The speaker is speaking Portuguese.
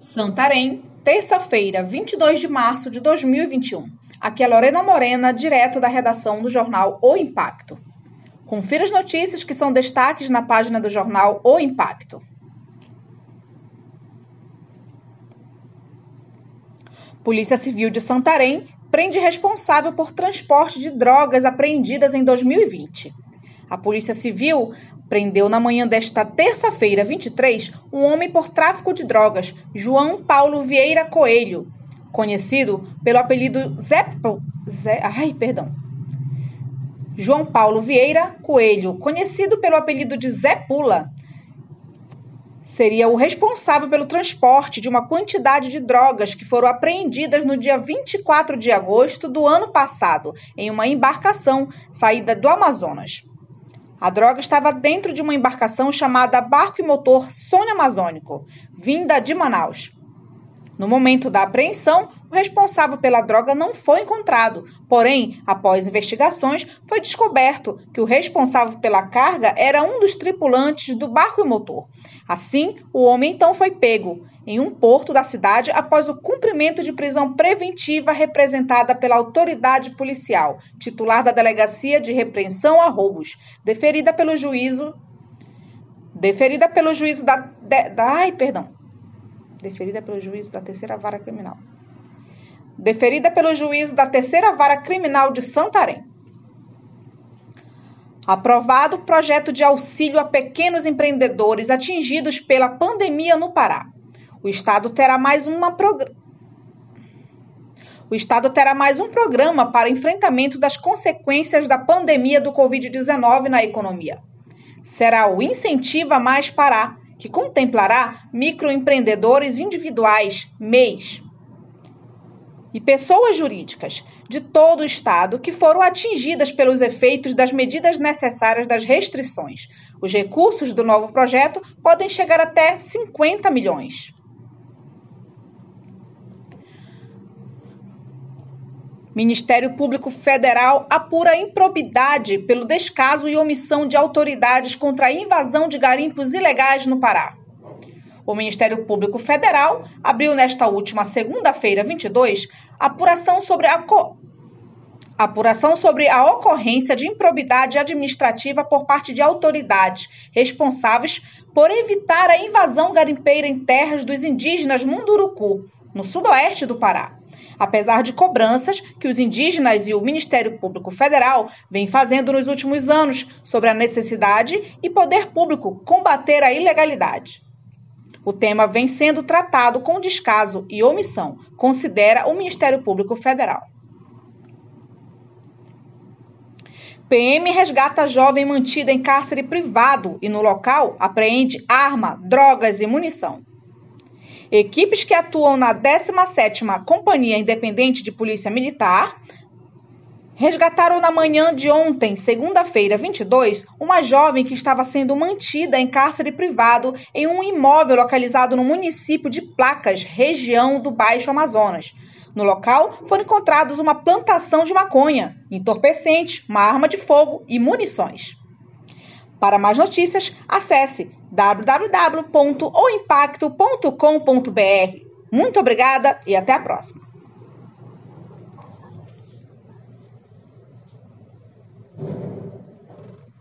Santarém, terça-feira, 22 de março de 2021. Aqui é Lorena Morena, direto da redação do jornal O Impacto. Confira as notícias que são destaques na página do jornal O Impacto. Polícia Civil de Santarém prende responsável por transporte de drogas apreendidas em 2020. A Polícia Civil prendeu na manhã desta terça-feira, 23, um homem por tráfico de drogas, João Paulo Vieira Coelho, conhecido pelo apelido João Paulo Vieira Coelho, conhecido pelo apelido de Zé Pula, seria o responsável pelo transporte de uma quantidade de drogas que foram apreendidas no dia 24 de agosto do ano passado, em uma embarcação saída do Amazonas. A droga estava dentro de uma embarcação chamada Barco e Motor Sônia Amazônico, vinda de Manaus. No momento da apreensão, o responsável pela droga não foi encontrado, porém, após investigações, foi descoberto que o responsável pela carga era um dos tripulantes do Barco e Motor. Assim, o homem então foi pego em um porto da cidade após o cumprimento de prisão preventiva representada pela autoridade policial, titular da Delegacia de Repreensão a Roubos, deferida pelo juízo da Terceira Vara Criminal. Deferida pelo juízo da Terceira Vara Criminal de Santarém. Aprovado o projeto de auxílio a pequenos empreendedores atingidos pela pandemia no Pará. O Estado terá mais um programa para enfrentamento das consequências da pandemia do Covid-19 na economia. Será o Incentiva Mais Pará, que contemplará microempreendedores individuais, MEIs, e pessoas jurídicas de todo o estado que foram atingidas pelos efeitos das medidas necessárias das restrições. Os recursos do novo projeto podem chegar até 50 milhões. Ministério Público Federal apura improbidade pelo descaso e omissão de autoridades contra a invasão de garimpos ilegais no Pará. O Ministério Público Federal abriu nesta última segunda-feira, 22, apuração sobre a ocorrência de improbidade administrativa por parte de autoridades responsáveis por evitar a invasão garimpeira em terras dos indígenas Munduruku, no sudoeste do Pará. Apesar de cobranças que os indígenas e o Ministério Público Federal vêm fazendo nos últimos anos sobre a necessidade e poder público combater a ilegalidade. O tema vem sendo tratado com descaso e omissão, considera o Ministério Público Federal. PM resgata jovem mantida em cárcere privado e no local apreende arma, drogas e munição. Equipes que atuam na 17ª Companhia Independente de Polícia Militar resgataram na manhã de ontem, segunda-feira, 22, uma jovem que estava sendo mantida em cárcere privado em um imóvel localizado no município de Placas, região do Baixo Amazonas. No local, foram encontrados uma plantação de maconha, entorpecente, uma arma de fogo e munições. Para mais notícias, acesse www.oimpacto.com.br. Muito obrigada e até a próxima.